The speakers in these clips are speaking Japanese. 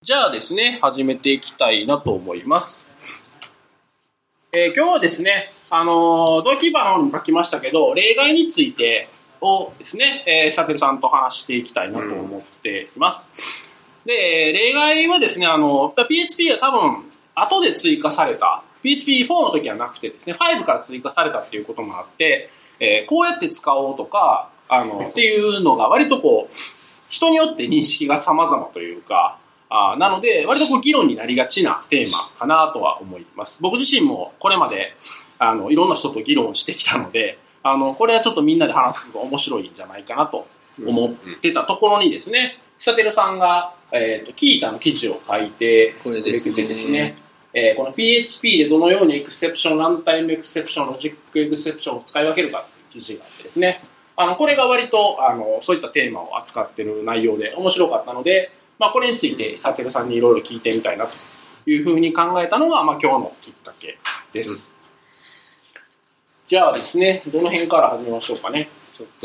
じゃあですね、始めていきたいなと思います。今日はですね、同期バロンに書きましたけど、例外についてをですね、サテルさんと話していきたいなと思っています。で、例外はですね、PHP は多分後で追加された、PHP4 の時はなくてですね、5から追加されたっていうこともあって、こうやって使おうとか、っていうのが割とこう、人によって認識が様々というか、なので、割とこう議論になりがちなテーマかなとは思います。僕自身もこれまで、いろんな人と議論してきたので、これはちょっとみんなで話すのが面白いんじゃないかなと思ってたところにですね、久照さんが、キータの記事を書いてくれてですね、この PHP でどのようにエクセプション、ランタイムエクセプション、ロジックエクセプションを使い分けるかっていう記事があってですね、これが割と、そういったテーマを扱っている内容で面白かったので、これについてサテルさんにいろいろ聞いてみたいなというふうに考えたのが、今日のきっかけです。じゃあですね、どの辺から始めましょうかね。 ちょっと、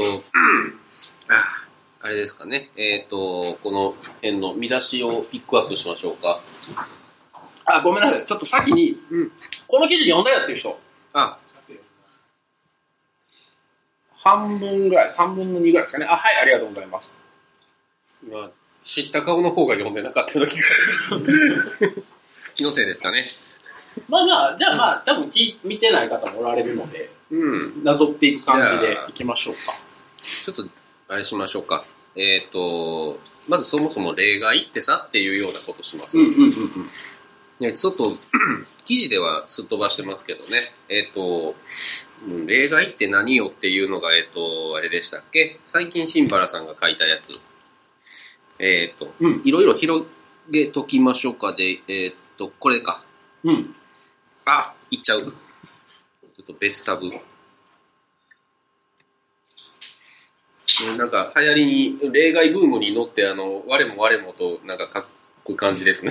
あれですかね。この辺の見出しをピックアップしましょうか。 ごめんなさい。ちょっと先に、この記事読んだよっていう人。半分ぐらい、3分の2ぐらいですかね。はい、ありがとうございます。 知った顔の方が読んでなかったような気が気のせいですかね。 じゃあ多分見てない方もおられるので、なぞっていく感じでいきましょうか。 ちょっと、あれしましょうか。まずそもそも例外ってさっていうようなことします。ちょっと、記事ではすっ飛ばしてますけどね。例外って何よっていうのが、あれでしたっけ？最近シンバラさんが書いたやつ。いろいろ広げときましょうかで、これか。いっちゃう。ちょっと別タブ。なんか流行りに、例外ブームに乗って、我も我もとなんか書く感じですね。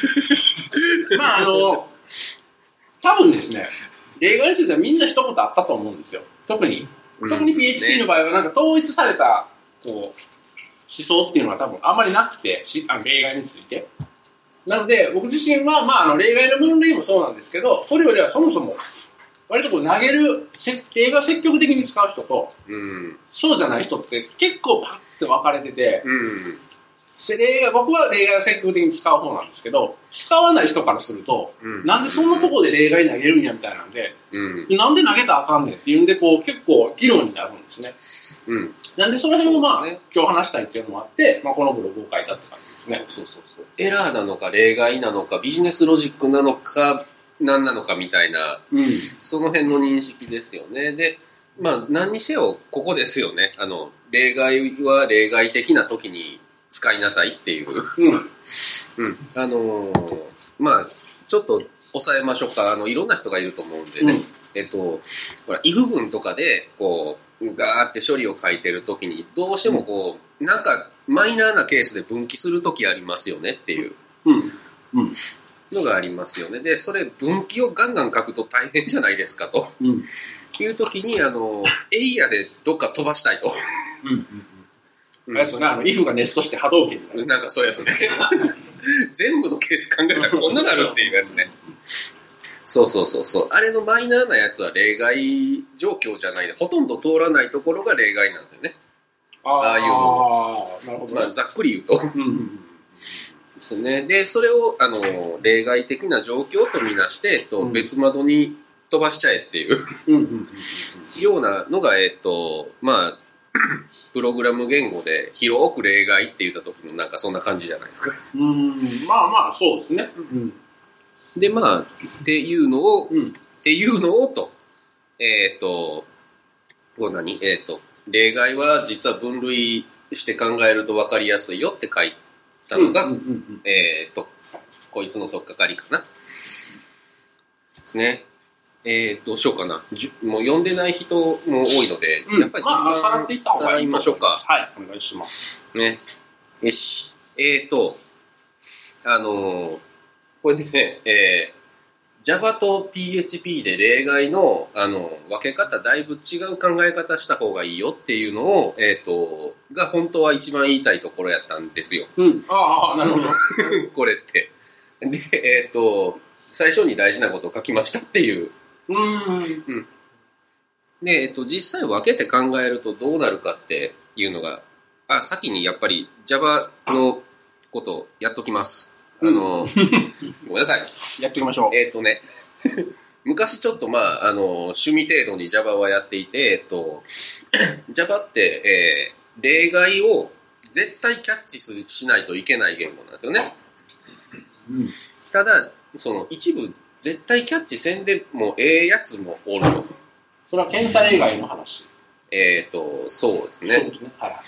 多分ですね、例外についてはみんな一言あったと思うんですよ。特に PHP の場合はなんか統一された、こう、思想っていうのは多分あんまりなくて、例外について。なので、僕自身は、例外の分類もそうなんですけど、それよりはそもそも、割とこう投げる、例外を積極的に使う人と、そうじゃない人って結構パッと分かれてて、僕は例外を積極的に使う方なんですけど、使わない人からすると、なんでそんなとこで例外投げるんやみたいなんで、なんで投げたらあかんねんっていうんで、こう結構議論になるんですね。なんでその辺を今日話したいっていうのもあって、このブログを書いたって感じですね。 そう。エラーなのか例外なのかビジネスロジックなのか何なのかみたいな、その辺の認識ですよね。で、何にせよここですよね。例外は例外的な時に使いなさいっていう。ちょっと抑えましょうか。いろんな人がいると思うんでね。ほら、if 文とかで、こう、ガーって処理を書いてるときに、どうしてもこう、なんか、マイナーなケースで分岐するときありますよねっていうのがありますよね。で、それ、分岐をガンガン書くと大変じゃないですかと。いうときに、エイヤでどっか飛ばしたいと。 あれですよね、if がネストして波動拳になる。 なんかそういうやつね。全部のケース考えたらこんななるっていうやつね。そう。あれのマイナーなやつは例外状況じゃないで、ほとんど通らないところが例外なんだよね。ああいうの。 なるほど。 ざっくり言うと。ですね。で、それを、例外的な状況とみなして、別窓に飛ばしちゃえっていうようなのが、プログラム言語で広く例外って言った時のなんかそんな感じじゃないですか。 そうですね。 で、っていうのをと、例外は実は分類して考えると分かりやすいよって書いたのが、こいつの取っかかりかな。ですね。どうしようかな。もう読んでない人も多いので、やっぱりさらっていった方がいいましょうか。 はい、お願いします。 ね。よし。これね、 Java と PHP で例外の、分け方だいぶ違う考え方した方がいいよっていうのを、が本当は一番言いたいところやったんですよ。 うん。ああ、なるほど。 これって。で、最初に大事なことを書きましたっていう。で、実際分けて考えるとどうなるかっていうのが、先にやっぱり Java のことをやっときます。ごめんなさい。 やっていきましょう。 昔ちょっと趣味程度に Java はやっていて、Java って、例外を絶対キャッチしないといけない言語なんですよね。ただ、その一部絶対キャッチせんでもええやつもおると。 それは検査例外の話。 そうですね。 そうですね。はい。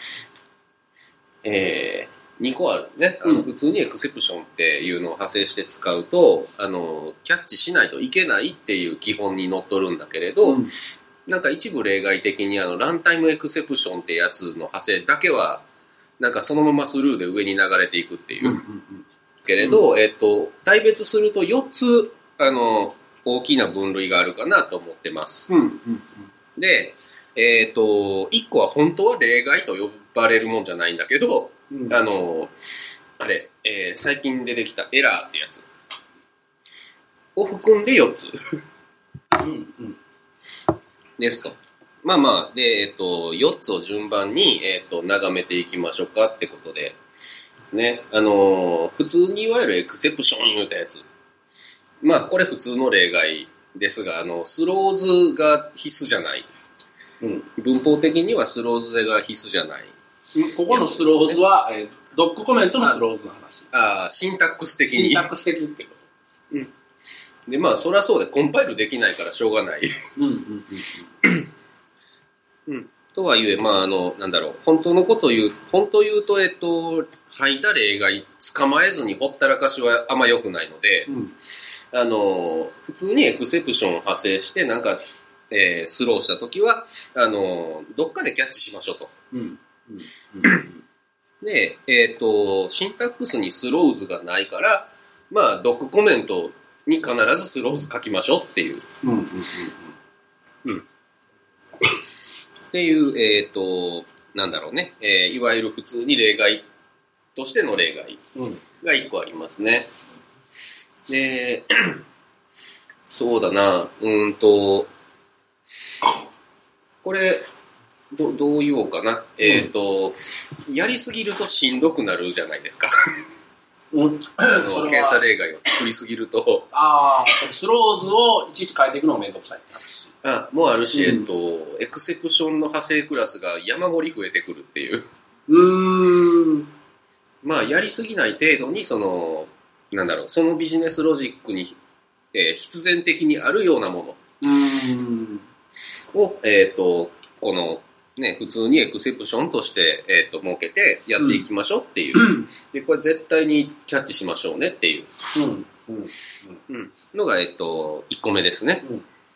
2個あるね。普通にエクセプションっていうのを派生して使うと、キャッチしないといけないっていう基本にのっとるんだけれど、なんか一部例外的にランタイムエクセプションってやつの派生だけは、なんかそのままスルーで上に流れていくっていう。けれど、大別すると4つ、大きな分類があるかなと思ってます。で、1個は本当は例外と呼ばれるもんじゃないんだけど、最近出てきたエラーってやつを含んで4つですと。で、4つを順番に、眺めていきましょうかってことでですね。普通にいわゆるエクセプション言うたやつ。これ普通の例外ですが、スローズが必須じゃない。文法的にはスローズが必須じゃない。 ここのスローズは、ドッグコメントのスローズの話。 シンタックス的に。 シンタックス的ってこと。 で、そりゃそうで、コンパイルできないからしょうがない。とはいえ、本当のこと言う、本当言うと、吐いた例外、捕まえずにほったらかしはあんま良くないので、普通にエクセプションを派生して、スローしたときは、どっかでキャッチしましょうと。で、シンタックスにスローズがないから、ドッグコメントに必ずスローズ書きましょうっていう。っていう、いわゆる普通に例外としての例外が1個ありますね。で、そうだな、これ、どう言おうかな。やりすぎるとしんどくなるじゃないですか。検査例外を作りすぎると。 スローズをいちいち変えていくのもめんどくさいって話。 もうあるし、エクセプションの派生クラスが山盛り増えてくるっていう。やりすぎない程度に、そのビジネスロジックに、必然的にあるようなものを、この、普通にエクセプションとして、設けてやっていきましょうっていう。で、これ絶対にキャッチしましょうねっていうのが、1個目ですね。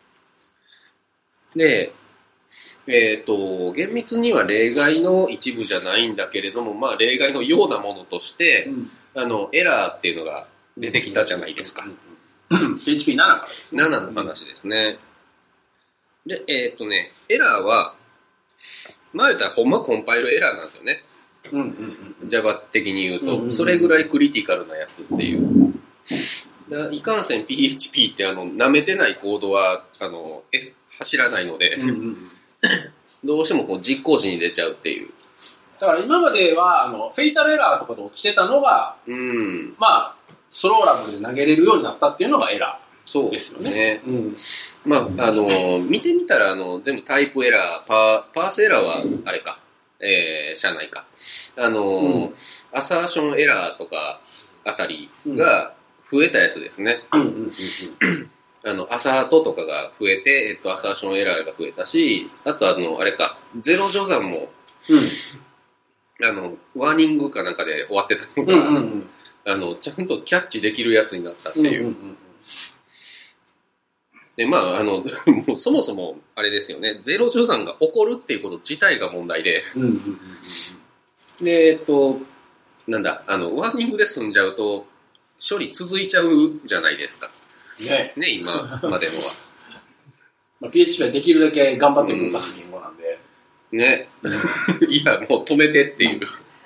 で、厳密には例外の一部じゃないんだけれども、例外のようなものとして、エラーっていうのが出てきたじゃないですか。 PHP7 からですね。 7の話ですね。で、エラーは、言ったらほんまコンパイルエラーなんですよね。Java 的に言うと、それぐらいクリティカルなやつっていう。いかんせん PHP って舐めてないコードは走らないので、どうしても実行時に出ちゃうっていう。 だから今まではフェイタルエラーとかで落ちてたのが、スローラブで投げれるようになったっていうのがエラーですよね。 見てみたら全部タイプエラー、パースエラーはあれか、社内か。アサーションエラーとかあたりが増えたやつですね。アサートとかが増えて、アサーションエラーが増えたし、あとあれか、ゼロ序算も、ワーニングかなんかで終わってたのが、ちゃんとキャッチできるやつになったっていう。で、もうそもそも、あれですよね、ゼロ序算が起こるっていうこと自体が問題で、で、ワーニングで済んじゃうと、処理続いちゃうじゃないですか。 ね。 ね、今までのは。 まあ、PHP はできるだけ頑張って動かす言語なんで。 ね。いや、もう止めてっていう。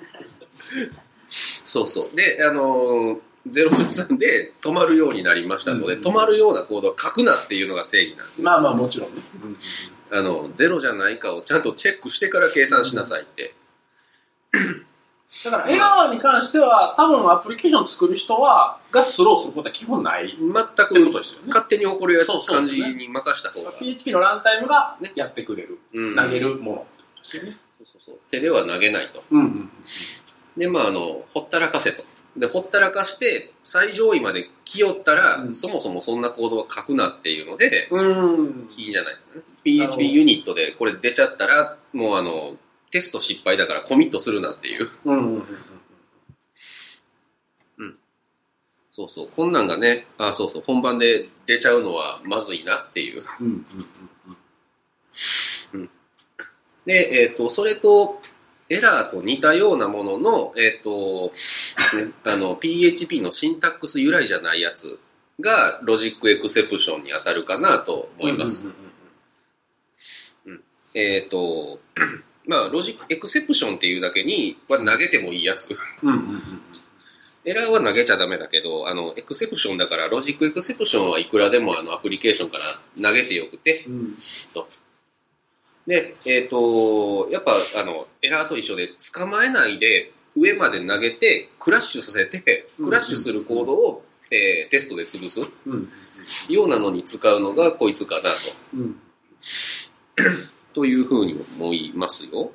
そうそう。で、013で止まるようになりましたので、止まるようなコードを書くなっていうのが正義なんで。 まあまあもちろんね。 ゼロじゃないかをちゃんとチェックしてから計算しなさいって。 だからエラーに関しては、多分アプリケーション作る人がスローすることは基本ない。 全くってことですよね。 勝手に起こるやつ感じに任した方が。 PHP のランタイムがやってくれる。投げるものですよね。 そう手では投げないと。で、まあ、ほったらかせと。で、ほったらかして、最上位まで来よったら、そもそもそんなコードは書くなっていうので、いいんじゃないですかね。PHP ユニットでこれ出ちゃったら、もうテスト失敗だからコミットするなっていう。そうそう。こんなんがね、そうそう、本番で出ちゃうのはまずいなっていう。で、それと、エラーと似たようなものの、PHP のシンタックス由来じゃないやつが、ロジックエクセプションに当たるかなと思います。まあ、ロジックエクセプションっていうだけには投げてもいいやつ。エラーは投げちゃダメだけど、エクセプションだから、ロジックエクセプションはいくらでもアプリケーションから投げてよくて、と。で、やっぱ、エラーと一緒で捕まえないで、上まで投げて、クラッシュさせて、クラッシュするコードを、テストで潰す、ようなのに使うのがこいつかなと。というふうに思いますよ。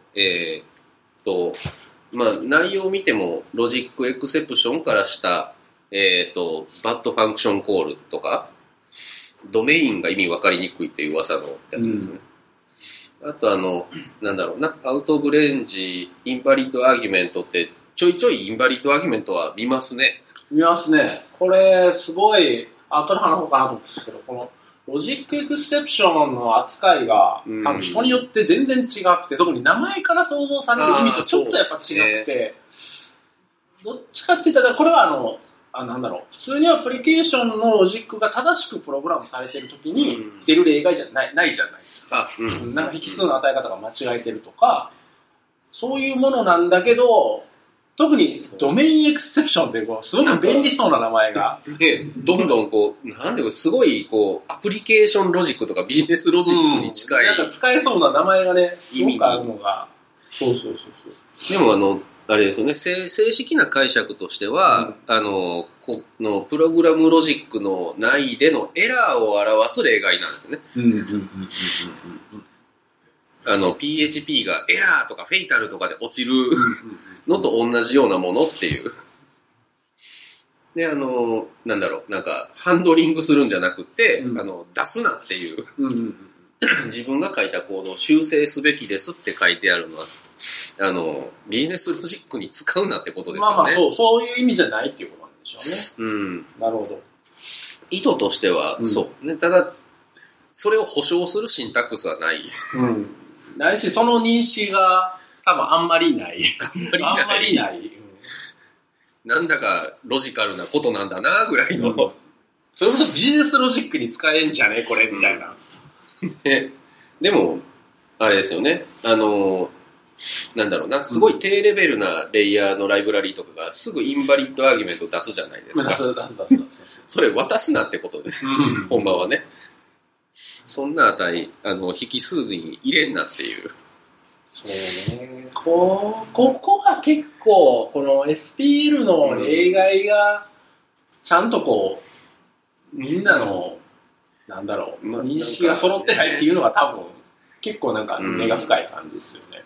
まあ、内容を見ても、ロジックエクセプションからした、バッドファンクションコールとか、ドメインが意味わかりにくいっていう噂のやつですね。あとなんだろうな、アウトオブレンジ、インバリッドアーギュメントって、ちょいちょいインバリッドアーギュメントは見ますね。 見ますね。これ、すごい、後で話そうかなと思うんですけど、この、ロジックエクセプションの扱いが、多分人によって全然違くて、特に名前から想像される意味とちょっとやっぱ違くて、どっちかって言ったら、これはなんだろう、普通にアプリケーションのロジックが正しくプログラムされてるときに出る例外じゃないじゃないですか。なんか引数の与え方が間違えてるとか、そういうものなんだけど、特にドメインエクセプションってすごく便利そうな名前が。 どんどんなんですごいアプリケーションロジックとかビジネスロジックに近い。 なんか使えそうな名前がね、すごくあるのが。そう。 でもあれですよね、正式な解釈としては、このプログラムロジックの内でのエラーを表す例外なんですね。PHP がエラーとかフェイタルとかで落ちるのと同じようなものっていう。で、なんだろう、なんか、ハンドリングするんじゃなくて、出すなっていう、自分が書いたコードを修正すべきですって書いてあるのは、ビジネスロジックに使うなってことですよね。 そういう意味じゃないっていうことなんでしょうね。なるほど。 意図としては、そうね。ただ、それを保証するシンタックスはない。 ないし、その認識が多分あんまりない。あんまりない。 なんだかロジカルなことなんだなぐらいの。 それこそビジネスロジックに使えんじゃねこれみたいな。 でも、あれですよね。なんだろうな、すごい低レベルなレイヤーのライブラリーとかがすぐインバリッドアーギュメント出すじゃないですか。それ渡すなってことで、本番はね。そんな値、引数に入れんなっていう。 そうね。ここが結構、この SPL の例外が、ちゃんとみんなの、なんだろう、認識が揃ってないっていうのが多分、結構なんか根が深い感じですよね。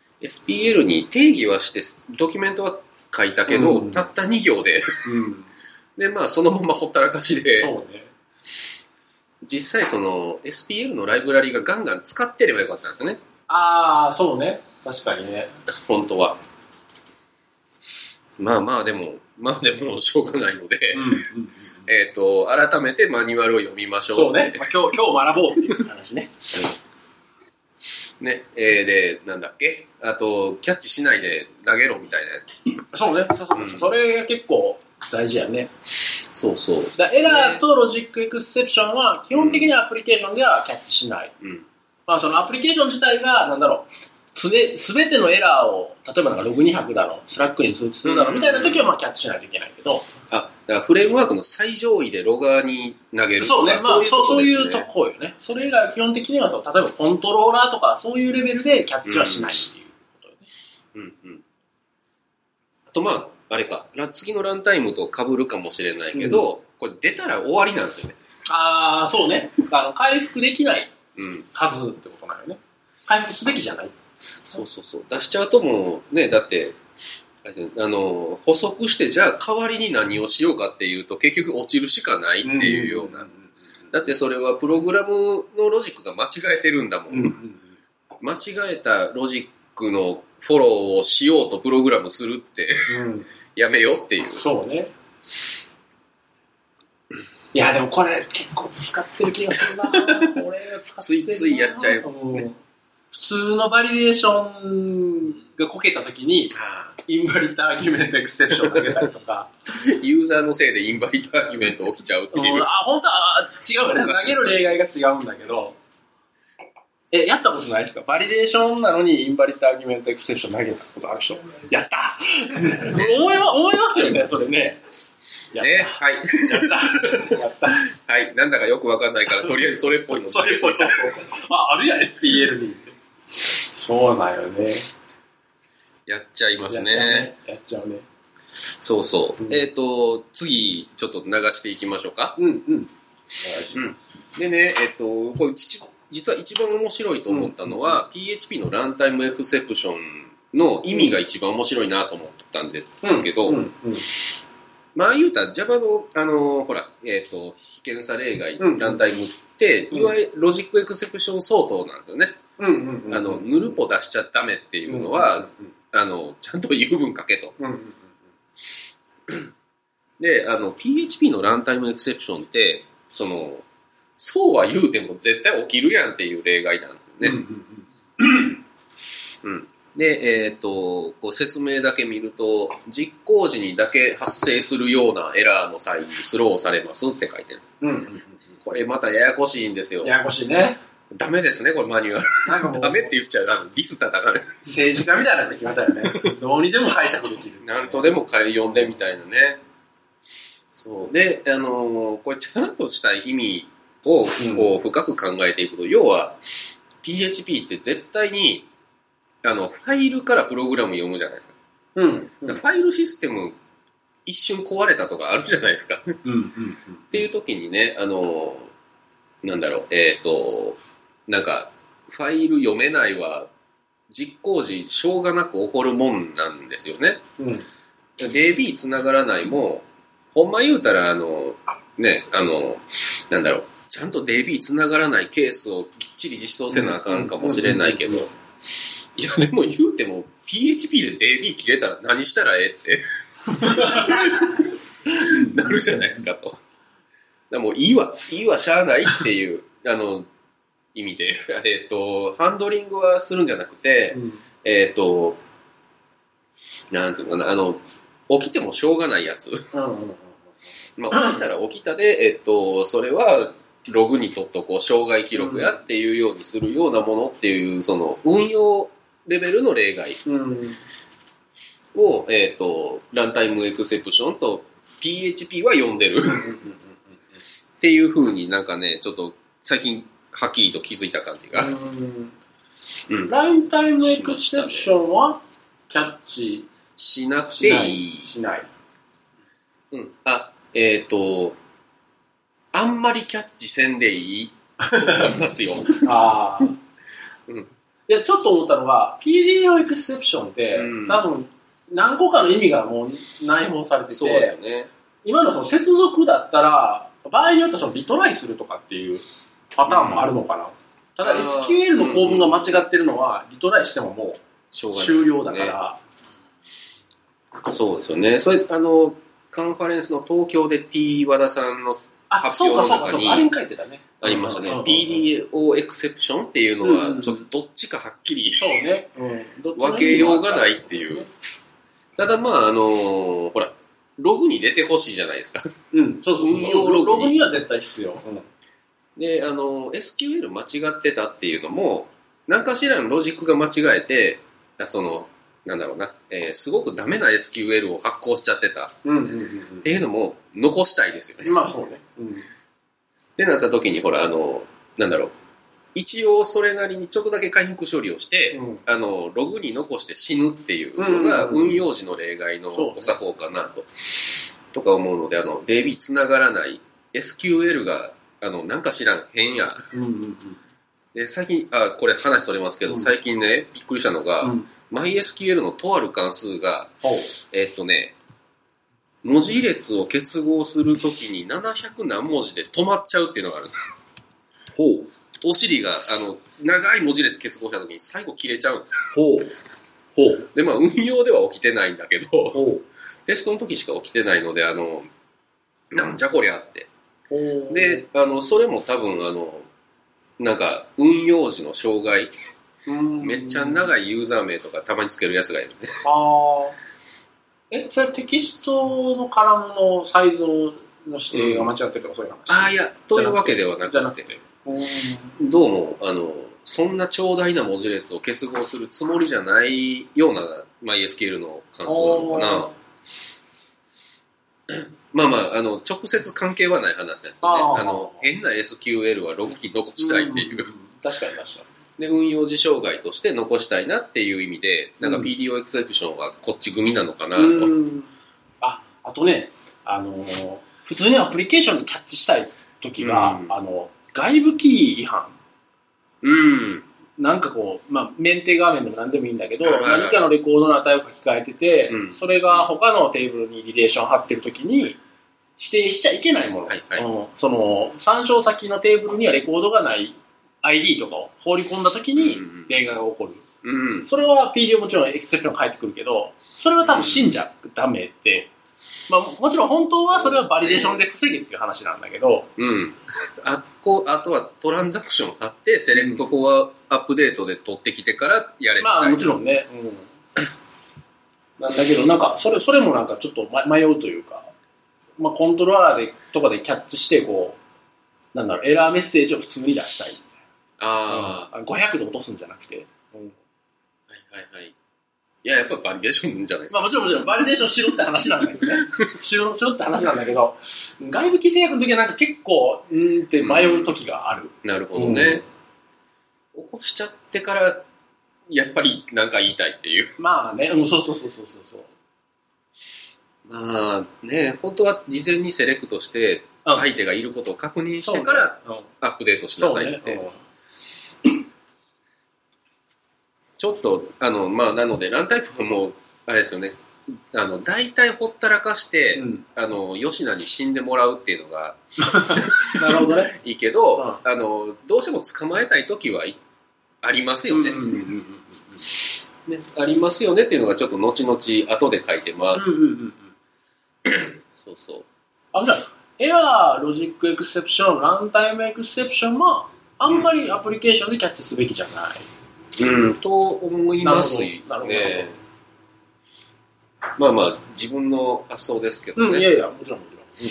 SPL に定義はして、ドキュメントは書いたけど、たった2行で。で、まあ、そのままほったらかしで。 そうね。 実際SPL のライブラリがガンガン使ってればよかったんですよね。 そうね。確かにね。 本当は。まあでもしょうがないので、改めてマニュアルを読みましょう。 そうね。今日学ぼうっていう話ね。 ね。で、なんだっけ？あと、キャッチしないで投げろみたいな。 そうね。それが結構大事やね。 そうそう。 エラーとロジックエクセプションは基本的にアプリケーションではキャッチしない。まあそのアプリケーション自体が、なんだろう、すべてのエラーを、例えばなんかログ2拍だろ、スラックに通知するだろみたいな時はまあキャッチしないといけないけど。 だからフレームワークの最上位でロガーに投げるとか。 そうね、まあそういうとこよね。それ以外は基本的にはそう、例えばコントローラーとかそういうレベルでキャッチはしないっていうことよね。 あとまあ、あれか、次のランタイムと被るかもしれないけど、これ出たら終わりなんですよね。 ああ、そうね。回復できない数ってことなのよね。回復すべきじゃない。 そう。出しちゃうともうね、だって、補足してじゃあ代わりに何をしようかっていうと結局落ちるしかないっていうような。だってそれはプログラムのロジックが間違えてるんだもん。間違えたロジックのフォローをしようとプログラムするって、やめようっていう。 そうね。いやでもこれ結構使ってる気がするな。 ついついやっちゃう、 普通のバリデーションがこけた時にインバリッドアーギュメントエクセプションを投げたりとかユーザーのせいでインバリッドアーギュメント起きちゃうっていう。 本当は違うよね。投げる例外が違うんだけど、やったことないですか？バリデーションなのにインバリッドアーギュメントエクセプション投げたことある人。やった思いますよね、それね。 はい。 やった。 はい。なんだかよくわかんないから、とりあえずそれっぽいの。 それっぽい。あるやん、STL に。そうなんよね。 やっちゃいますね。 やっちゃうね。 そうそう。次、ちょっと流していきましょうか。でね、これ実は一番面白いと思ったのは、PHP のランタイムエクセプションの意味が一番面白いなと思ったんですけど、まあ言うたら Java の、ほら、被験差例外、ランタイムって、いわゆるロジックエクセプション相当なんだよね。ヌルポ出しちゃダメっていうのは、ちゃんと言う分書けと。で、PHP のランタイムエクセプションって、そうは言うても絶対起きるやんっていう例外なんですよね。で、こう説明だけ見ると、実行時にだけ発生するようなエラーの際にスローされますって書いてる。これまたややこしいんですよ。 ややこしいね。 ダメですね、これマニュアル。ダメって言っちゃう。ディスったらダメ。 政治家みたいなの決まったよね。どうにでも解釈できる。 なんとでも読んでみたいなね。そう。で、これちゃんとした意味をこう深く考えていくと、要は PHP って絶対にファイルからプログラム読むじゃないですか。ファイルシステム一瞬壊れたとかあるじゃないですか。っていう時にね、なんだろう、なんかファイル読めないは実行時しょうがなく起こるもんなんですよね。DB つながらないもほんま言うたらなんだろう、ちゃんと DB つながらないケースをきっちり実装せなあかんかもしれないけど、いやでも言うても PHP で DB 切れたら何したらええってなるじゃないですかと。だもういいわしゃあないっていう意味でハンドリングはするんじゃなくて、なんていうのかな、起きてもしょうがないやつ。まあ起きたら起きたでそれはログにとっとこう障害記録やっていうようにするようなものっていうその運用レベルの例外をランタイムエクセプションと PHP は読んでるっていう風になんかねちょっと最近はっきりと気づいた感じが。 ランタイムエクセプションはキャッチしなくていい。 しない。 あんまりキャッチせんでいいと思いますよ。 いや、ちょっと思ったのが、PDO エクセプションって、多分、何個かの意味がもう内包されてて、 そうだよね、 今のその接続だったら、場合によってはそのリトライするとかっていうパターンもあるのかな。ただ SQL の構文が間違ってるのは、リトライしてももう終了だから。 そうですよね。それ、カンファレンスの東京で T 和田さんの発表の中にあれに書いてたね。 ありましたね。PDO エクセプションっていうのはちょっとどっちかはっきり分けようがないっていう。ただまあほらログに出てほしいじゃないですか。 うん、そうそうそう。 運用ログにログには絶対必要。 で、SQL 間違ってたっていうのも、何かしらのロジックが間違えて、なんだろうな、すごくダメな SQL を発行しちゃってたっていうのも残したいですよね。 まあそうね。 ってなった時に、ほら、なんだろう、一応それなりにちょっとだけ回復処理をして、ログに残して死ぬっていうのが運用時の例外のお作法かなとか思うので、DB つながらない SQL がなんか知らん変や。で最近これ話それますけど、最近ねびっくりしたのが、MySQL のとある関数が文字列を結合するときに700何文字で止まっちゃうっていうのがある。 ほう。 お尻が長い文字列結合したときに最後切れちゃう。 ほう。ほう。 で運用では起きてないんだけど、テストの時しか起きてないのでなんじゃこりゃって。でそれも多分なんか運用時の障害めっちゃ長いユーザー名とかたまにつけるやつがいるね。 それテキストのカラムのサイズの指定が間違ってるとかそういう話？ いやというわけではなくて、どうもそんな長大な文字列を結合するつもりじゃないような MySQL の関数なのかな。直接関係はない話ですね。変な SQL はログキー残したいっていう。 確かに。 で、運用時障害として残したいなっていう意味で、なんか PDO エクセプションはこっち組なのかなと。 あとね、普通にアプリケーションでキャッチしたいときは、外部キー違反。なんかこう、メンテ画面でも何でもいいんだけど、何かのレコードの値を書き換えてて、それが他のテーブルにリレーション貼ってるときに、指定しちゃいけないもの、その参照先のテーブルにはレコードがない ID とかを放り込んだときに例外が起こる、それは PDO もちろんエクセプション返ってくるけど、それは多分死んじゃダメで、もちろん本当はそれはバリデーションで防げっていう話なんだけど、 あとはトランザクション貼ってセレクトフォアアップデートで取ってきてからやれたい。 もちろんね、なんだけどなんかそれもなんかちょっと迷うというか、コントローラーとかでキャッチしてこうなんだろう、エラーメッセージを普通に出したい。500で落とすんじゃなくて。 いや、やっぱバリデーションじゃないですか。 もちろんバリデーションしろって話なんだけどね。しろって話なんだけど、外部規制約の時はなんか結構って迷う時がある。 なるほどね。起こしちゃってからやっぱりなんか言いたいっていう。 そう。 本当は事前にセレクトして相手がいることを確認してからアップデートしなさいって。ちょっとなのでランタイプもあれですよね。大体ほったらかして、吉名に死んでもらうっていうのがなるほどね。 いいけど、どうしても捕まえたい時はありますよね。ありますよねっていうのがちょっと後々後で書いてます。そうそう。 じゃあエラーロジックエクセプション、ランタイムエクセプションはあんまりアプリケーションでキャッチすべきじゃない。 と思いますね。自分の発想ですけどね。 いやもちろん。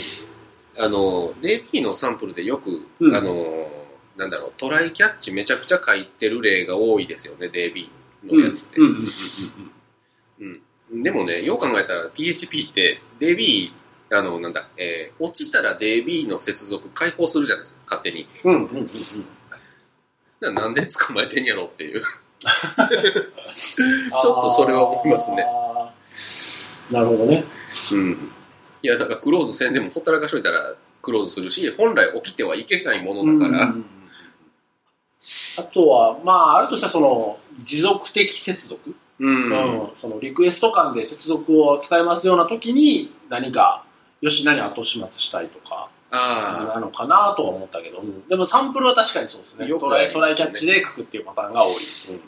DB のサンプルでよく、トライキャッチめちゃくちゃ書いてる例が多いですよね、DB のやつって。でもね、よう考えたら PHP って DB、落ちたら DB の接続解放するじゃないですか、勝手に。なんで捕まえてんやろっていう。ちょっとそれは思いますね。 なるほどね。 いや、クローズせんでもほったらかしといたらクローズするし、本来起きてはいけないものだから。 あとは、あるとしたらその持続的接続、そのリクエスト間で接続を使いますような時に何か吉名に後始末したいとかなのかなとは思ったけど、でもサンプルは確かにそうですね。トライキャッチで書くっていうパターンが多い。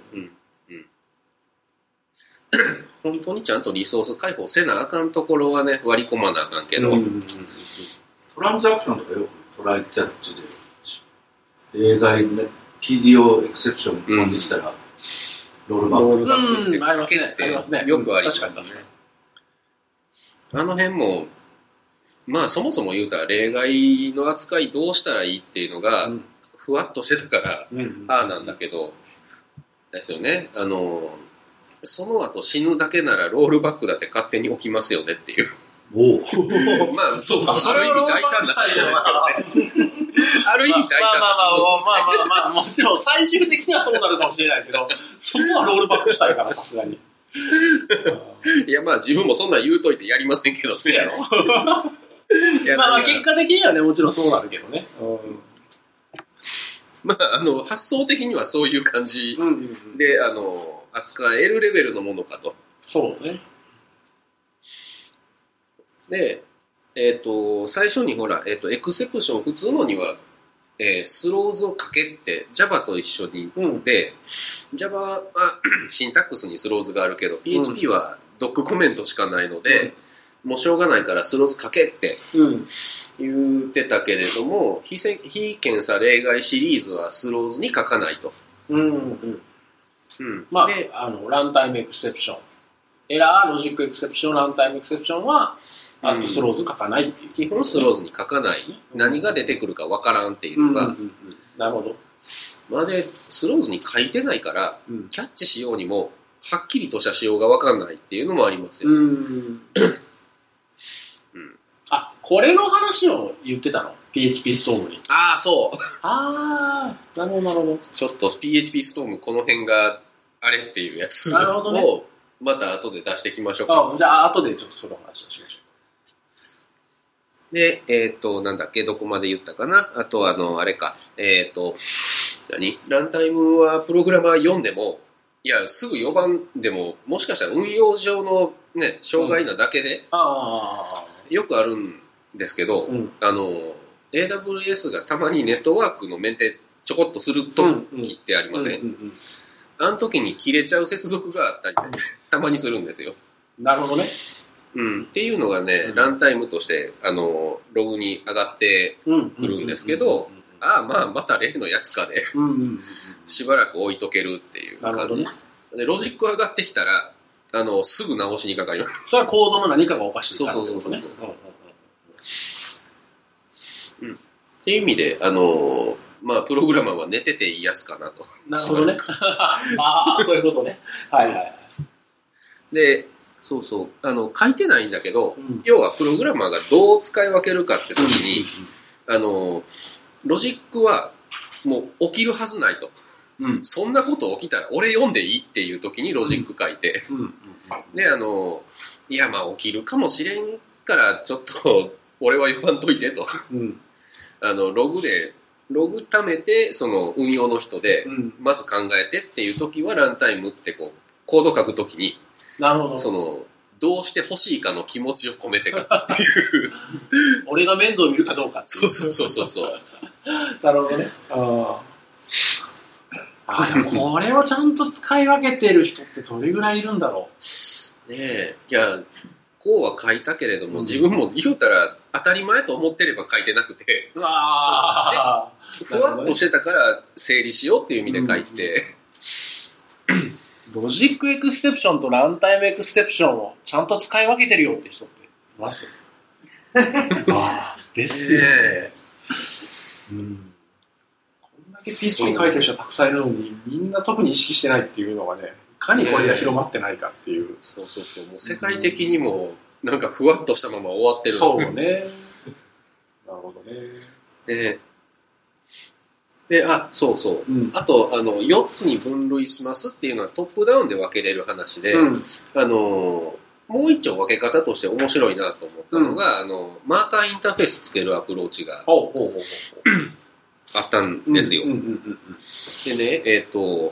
本当にちゃんとリソース解放せなあかんところはね、割り込まなあかんけど。 トランザクションとかよくトライキャッチで例外ね、PDO エクセプション飛んできたらロールバックってかけってよくありますね。 あの辺も、まあそもそも言うたら例外の扱いどうしたらいいっていうのが、ふわっとしてたから、ああなんだけど、ですよね。その後死ぬだけならロールバックだって勝手に起きますよねっていう。 おまあ、そうか、ある意味大胆な話ですけどね。ある意味大胆な話。 まあ、もちろん最終的にはそうなるかもしれないけど、そこはロールバックしたいから、さすがに。 いや、まあ自分もそんなん言うといてやりませんけどね。 そうやろまあ結果的にはね、もちろんそうなるけどね。 まあ、発想的にはそういう感じで、扱えるレベルのものかと。 そうね。 で、最初にほら、エクセプション、普通のには、スローズをかけて、Java と一緒に、で、Java はシンタックスにスローズがあるけど、PHP はドックコメントしかないので、もうしょうがないからスローズかけって言ってたけれども、非検査例外シリーズはスローズに書かないと。 まあ、ランタイムエクセプション。エラー、ロジックエクセプション、ランタイムエクセプションは、スローズ書かないっていう。 基本スローズに書かない。何が出てくるかわからんっていうのが。 なるほど。 まあで、スローズに書いてないから、キャッチしようにも、はっきりとした仕様がわかんないっていうのもありますよ。 あ、これの話を言ってたの ?PHP ストームに。 ああ、そう。 なるほど、なるほど。 ちょっと PHP ストームこの辺があれっていうやつなるほどね。 をまた後で出していきましょうか。 じゃあ後でちょっとその話をしましょう。で、なんだっけ、どこまで言ったかな。あとあれか、ランタイムはプログラマー読んでも、いや、すぐ4番でも、もしかしたら運用上のね、障害なだけで、よくあるんですけど、AWS がたまにネットワークのメンテちょこっとする時ってありません？あの時に切れちゃう接続があったり、たまにするんですよ。 なるほどね。 っていうのがね、ランタイムとして、ログに上がってくるんですけど、また例のやつかで、しばらく置いとけるっていう感じ。で、ロジック上がってきたら、すぐ直しにかかります。 それはコードの何かがおかしいからってことね。 っていう意味で、まあ、プログラマーは寝てていいやつかなと。 なるほどね。そういうことね。はいはい。 で、そうそう、書いてないんだけど、要はプログラマーがどう使い分けるかって時に、ロジックはもう起きるはずないと。そんなこと起きたら俺読んでいいっていう時にロジック書いて、で、いや、まあ起きるかもしれんからちょっと俺は言わんといてと。ログ貯めて、その運用の人で、まず考えてっていう時はランタイムってこう、コード書く時に、 なるほど。 どうして欲しいかの気持ちを込めて書くっていう。 俺が面倒見るかどうかっていう。 そう。 なるほどね。これをちゃんと使い分けてる人ってどれぐらいいるんだろう。ねえ、いや、こうは書いたけれども、自分も言うたら当たり前と思ってれば書いてなくて、ふわっとしてたから整理しようっていう意味で書いて、 ロジックエクセプションとランタイムエクセプションをちゃんと使い分けてるよって人っていますですよね。こんだけ PHP 書いてる人たくさんいるのに、みんな特に意識してないっていうのがね、いかにこれが広まってないかっていう。 そう。もう世界的にもなんかふわっとしたまま終わってる。 そうね。なるほどね。 で、そう。あと、4つに分類しますっていうのはトップダウンで分けれる話で、もう一丁分け方として面白いなと思ったのが、マーカーインターフェースつけるアプローチがあったんですよ。でね、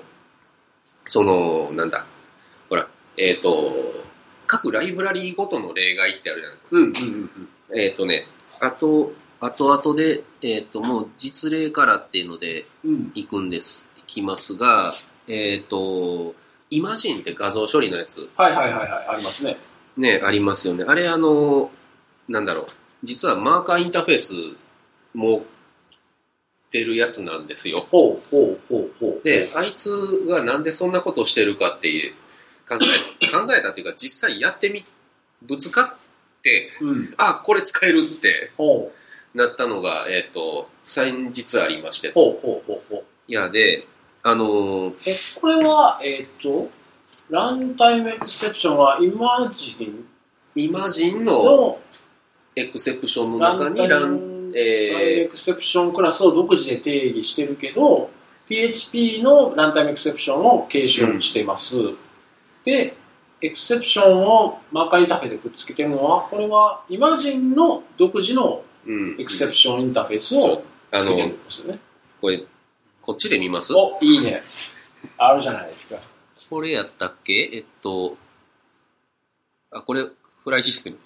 なんだ、ほら、各ライブラリーごとの例外ってあるじゃないですか。後々で、もう実例からっていうのでいきますが、イマジンって画像処理のやつ。 ありますね。 ね、ありますよね。あれなんだろう。実はマーカーインターフェースも出るやつなんですよ。で、あいつがなんでそんなことをしてるかっていう考えたっていうか、実際やってぶつかって、これ使えるってなったのが、先日ありましてと。いや、で、 これは、ランタイムエクセプションはイマジンのエクセプションの中にエクセプションクラスを独自で定義してるけど、PHP のランタイムエクセプションを継承しています。で、エクセプションをマーカーインターフェースでくっつけてるのは、これはイマジンの独自のエクセプションインターフェースをつけてるんですよね。 これ、こっちで見ます？ お、いいね。あるじゃないですか。 これやったっけ？これ、フライシステム。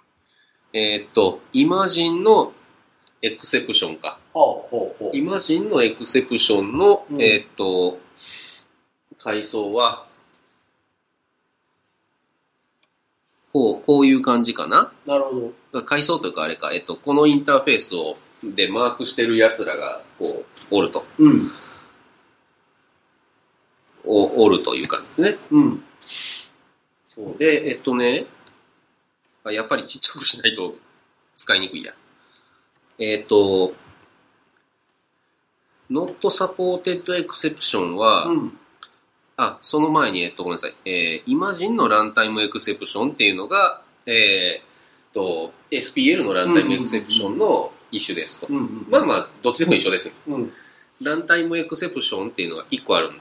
イマジンのエクセプションか。イマジンのエクセプションの、階層は、こういう感じかな。 なるほど。階層というかあれか、このインターフェースでマークしてる奴らが、おると。おるという感じですね。そうで、やっぱりちっちゃくしないと使いにくいや。not supported exception は、その前に、ごめんなさい。Imagine のランタイムエクセプションっていうのが、SPL のランタイムエクセプションの一種ですと。まあまあ、どっちでも一緒です。ランタイムエクセプションっていうのが1個あるんです。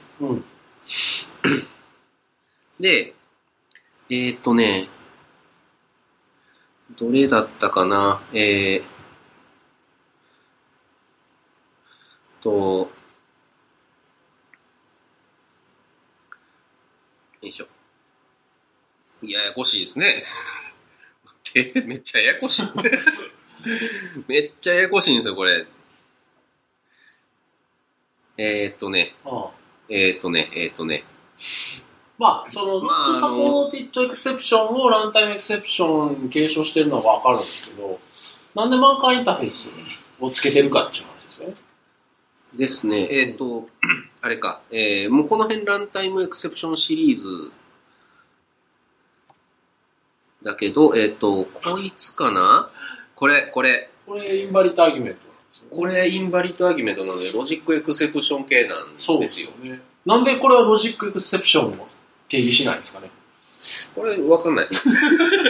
で、どれだったかなよいしょ。ややこしいですね。めっちゃややこしい。めっちゃややこしいんですよ、これ。 まあ、その、Not Supported Exception をランタイムエクセプションに継承してるのはわかるんですけど、なんでマーカーインターフェースをつけてるかっていう話ですね。 ですね。あれか。もうこの辺ランタイムエクセプションシリーズだけど、こいつかな？これインバリットアーギュメント。 これインバリットアーギュメントなので、ロジックエクセプション系なんですよ。 そうですよね。なんでこれはロジックエクセプションを定義しないんですかね。 これわかんないですね。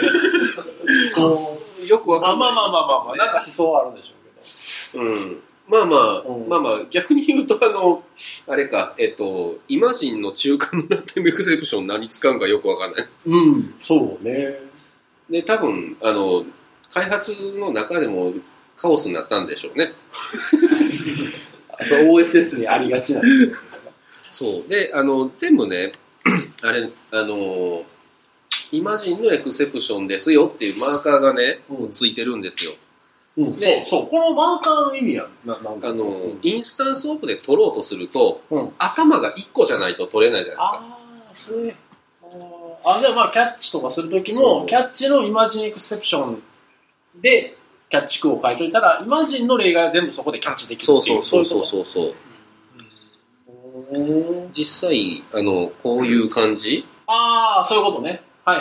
よくわかんない。 まあ、なんか思想はあるんでしょうけど。 まあ、逆に言うと、あれか、イマジンの中間のランタイムエクセプション何使うかよくわかんない。 そうね。 で、多分、開発の中でもカオスになったんでしょうね。 そう、OSS にありがちなんですね。 そう。で、全部ね、あれ、イマジンのエクセプションですよっていうマーカーがね、ついてるんですよ。 で、そう、このマーカーの意味はインスタンスオープで取ろうとすると、頭が1個じゃないと取れないじゃないですか。 それ。じゃあまあ、キャッチとかするときも、キャッチのイマジンエクセプションで、キャッチ句を書いといたら、イマジンの例外は全部そこでキャッチできるっていう。 そう。実際、こういう感じ？ そういうことね。はい。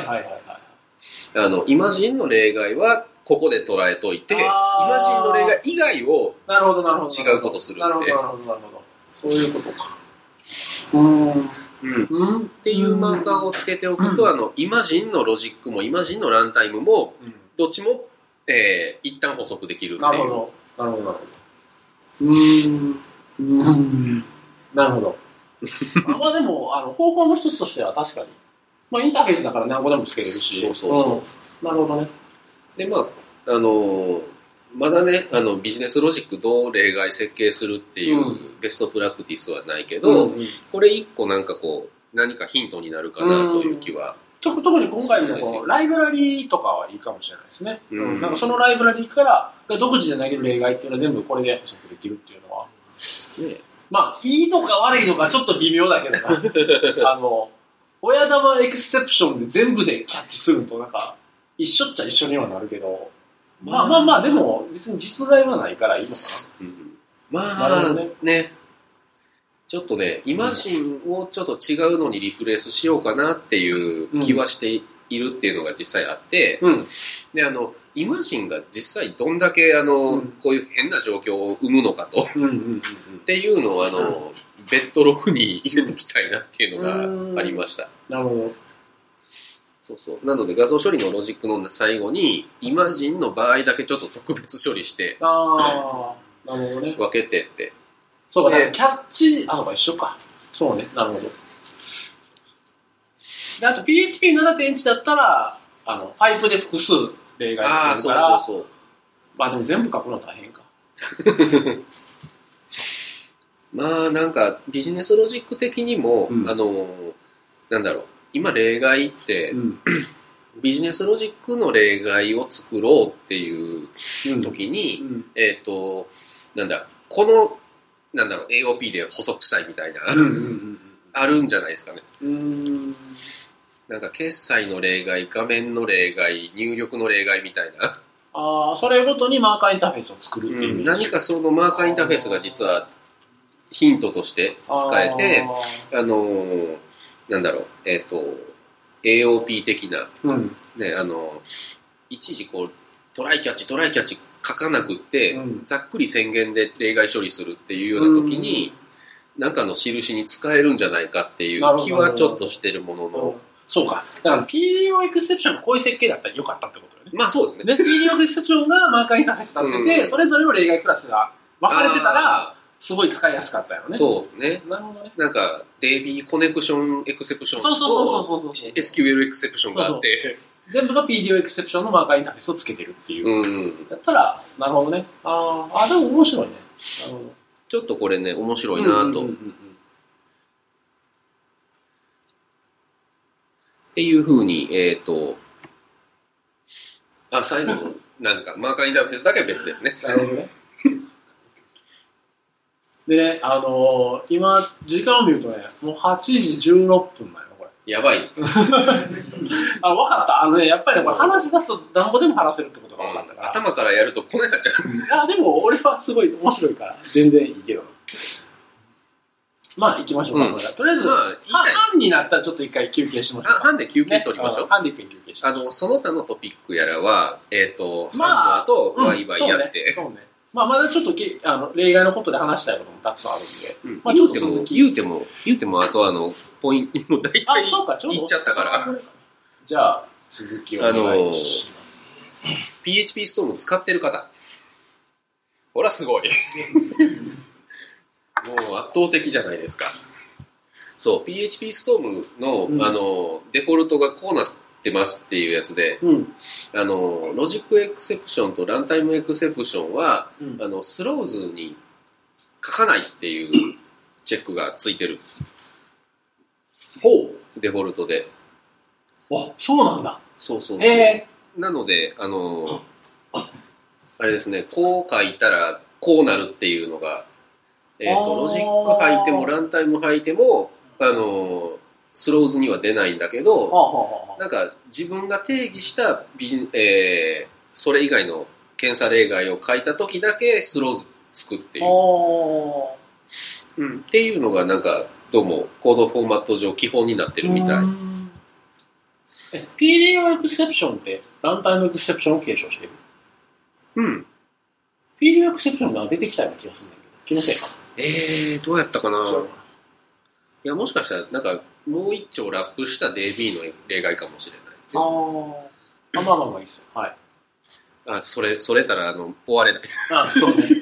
イマジンの例外は、ここで捉えといて、イマジンの例外以外を違うことするって。 なるほど。そういうことか。 っていうマーカーをつけておくと、イマジンのロジックもイマジンのランタイムも、どっちも、一旦補足できるっていう。 なるほど。なるほど。まあでも、方法の一つとしては確かに。まあインターフェースだから何個でもつけれるし。 そう。 なるほどね。 で、まあ、まだね、ビジネスロジックどう例外設計するっていうベストプラクティスはないけど、これ一個なんか何かヒントになるかなという気は。 特に今回のライブラリーとかはいいかもしれないですね。なんかそのライブラリーから独自で投げる例外っていうのは全部これで補足できるっていうのは。まあ、いいのか悪いのかちょっと微妙だけどな。親玉エクセプションで全部でキャッチするとなんか、一緒っちゃ一緒にはなるけど、まあ、でも、別に実害はないからいいのかな。ね。ちょっとね、イマジンをちょっと違うのにリプレイスしようかなっていう気はしていいるっていうのが実際あって、 うん。 で、イマジンが実際どんだけこういう変な状況を生むのかと、 うんうんうんっていうのをベッドログに入れときたいなっていうのがありました。 なるほど。 そうそう。なので画像処理のロジックの最後に、イマジンの場合だけちょっと特別処理してああ、なるほどね。 分けてって。 そうか、だからキャッチ、そうか、一緒か。そうね、なるほど。で、あと PHP7.1 だったら、パイプで複数例外がするから、 そう。 まあでも全部書くの大変か。 まあなんかビジネスロジック的にも、なんだろう、今例外って、ビジネスロジックの例外を作ろうっていう時に、なんだ、この、なんだろう、AOP で補足したいみたいな、あるんじゃないですかね。なんか決済の例外、画面の例外、入力の例外みたいな。 それごとにマーカーインターフェースを作るっていう、 何かそのマーカーインターフェースが実はヒントとして使えて、なんだろう、AOP 的な、ね、一時こう、トライキャッチ書かなくって、ざっくり宣言で例外処理するっていうような時に、中の印に使えるんじゃないかっていう気はちょっとしてるものの。 そうか。だから PDO エクセプションのこういう設計だったらよかったってことよね。 まあそうですね。 で、PDO エクセプションがマーカーインターフェースになってて、それぞれの例外クラスが分かれてたら、すごい使いやすかったよね。 そうね。 なるほどね。 なんか、DB コネクションエクセプションと SQL エクセプションがあって、 全部が PDO エクセプションのマーカーインターフェースをつけてるっていう。だったら、なるほどね。でも面白いね。なるほど。 ちょっとこれね、面白いなと。っていうふうに、最後の、なんか、マーカーインターフェースだけは別ですね。 なるほどね。でね、今、時間を見るとね、もう8時16分なの、これ。 やばい。 分かった。やっぱりね、これ話し出すと何個でも話せるってことが分かったから。 頭からやるとこねなっちゃう。 でも俺はすごい面白いから、全然いいけど。まあ、行きましょうか。とりあえず、半になったらちょっと一回休憩しましょう。 半で休憩取りましょう。 半で一回休憩しましょう。 その他のトピックやらは、半の後、ワイワイやって。 そうね。まだちょっと例外のことで話したいこともたくさんあるんで。 言うても、あとポイント、もう大体言っちゃったから。 じゃあ、続きをお願いします。 PHP ストーム使ってる方。ほら、すごい。もう圧倒的じゃないですか。そう、PHP ストームの、デフォルトがこうなってますっていうやつで、ロジックエクセプションとランタイムエクセプションは、スローズに書かないっていうチェックがついてる。デフォルトで。 そうなんだ。 そう。なので、あれですね、こう書いたらこうなるっていうのが、ロジック書いてもランタイム書いても、スローズには出ないんだけど、なんか自分が定義したそれ以外の検査例外を書いた時だけスローズつくっていう。っていうのがなんかどうもコードフォーマット上基本になってるみたい。 PDO エクセプションってランタイムエクセプションを継承してる。PDO エクセプションが出てきたような気がするんだけど、気のせいか。 どうやったかな。いや、もしかしたらなんかもう一丁ラップした DB の例外かもしれない。 まあいいですよ。はい。 それたら終われない。 そうね。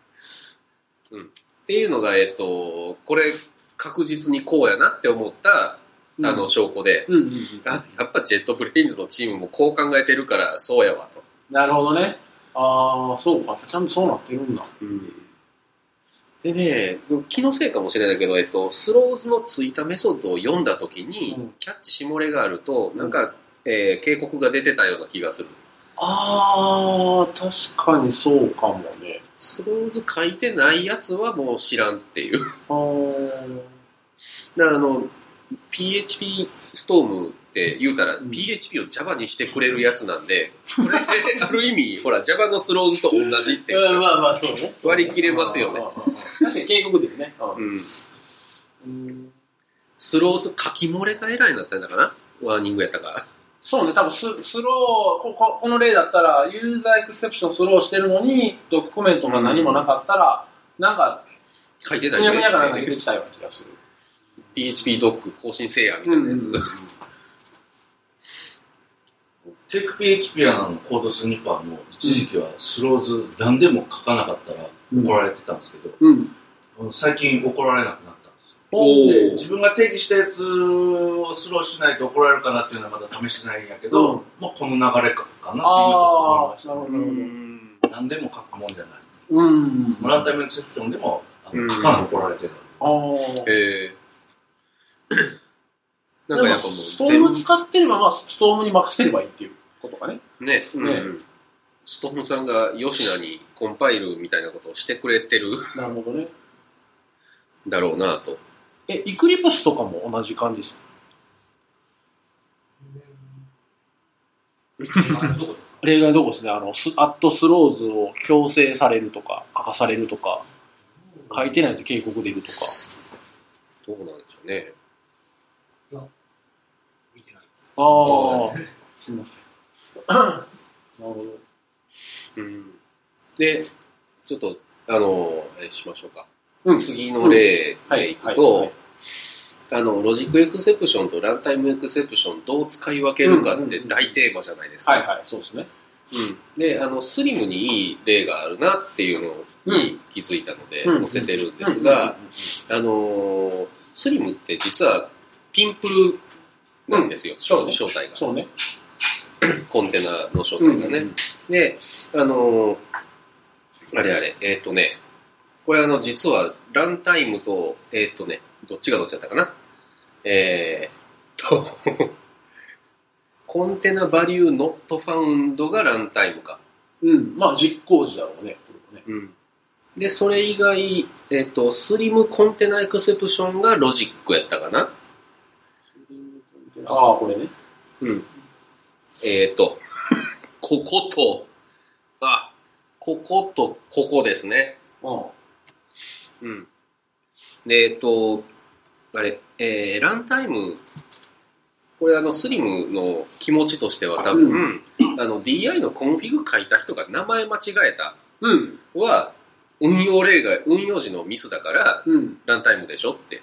っていうのがこれ確実にこうやなって思った証拠で、やっぱジェットブレインズのチームもこう考えてるからそうやわと。 なるほどね。そうか。ちゃんとそうなってるんだ。 でね、気のせいかもしれないけど、スローズのついたメソッドを読んだときに、キャッチ下れがあると、なんか、警告が出てたような気がする。 確かにそうかもね。 スローズ書いてないやつはもう知らんっていう。PHP ストームって言うたら、PHP を Java にしてくれるやつなんで、これ、ある意味、ほら、Java のスローズと同じっていう。 まあ、そうね。 割り切れますよね。 確かに警告ですね。 スローズ書き漏れが偉いになったんだかな、ワーニングやったか。 そうね、多分スローこの例だったら、ユーザーエクセプションスローしてるのに、ドキュメントが何もなかったら、なんか、 書いてたふにゃふにゃかなんかりね。 出てきたような気がする。 PHP ドック更新せえや、みたいなやつ。 テック PHP のコードスニッファーも一時期はスローズ何でも書かなかったら怒られてたんですけど、最近怒られなくなったんですよ。で自分が定義したやつをスローしないと怒られるかなっていうのはまだ試してないんやけど、もうこの流れかなって今ちょっと思いました。何でも書くもんじゃない。ランタイムエクセプションでも書かないと怒られてる。 なんかやっぱもうストーム使ってれば、まあ、ストームに任せればいいっていうことかね。 ね。ストームさんが吉野にコンパイルみたいなことをしてくれてる。 なるほどね。 だろうなと。 イクリプスとかも同じ感じですか？例外どこですね。アットスローズを強制されるとか、書かされるとか、書いてないと警告出るとか。 どうなんでしょうね。 すみません。なるほど。 で、ちょっと、あれしましょうか。次の例でいくと、ロジックエクセプションとランタイムエクセプションどう使い分けるかって大テーマじゃないですか。 はいはい、そうですね。 で、スリムにいい例があるなっていうのに気づいたので載せてるんですが、スリムって実はピンプルなんですよ、正体が。 そうね。 コンテナの正体がね。で、これ実はランタイムと、どっちがどっちだったかな。コンテナバリューノットファウンドがランタイムか。 まあ実行時だろうね。 で、それ以外、スリムコンテナエクセプションがロジックやったかな。 これね。 こことここですね。で、ランタイム、これスリムの気持ちとしては多分、DI のコンフィグ書いた人が名前間違えたは、運用時のミスだから、ランタイムでしょって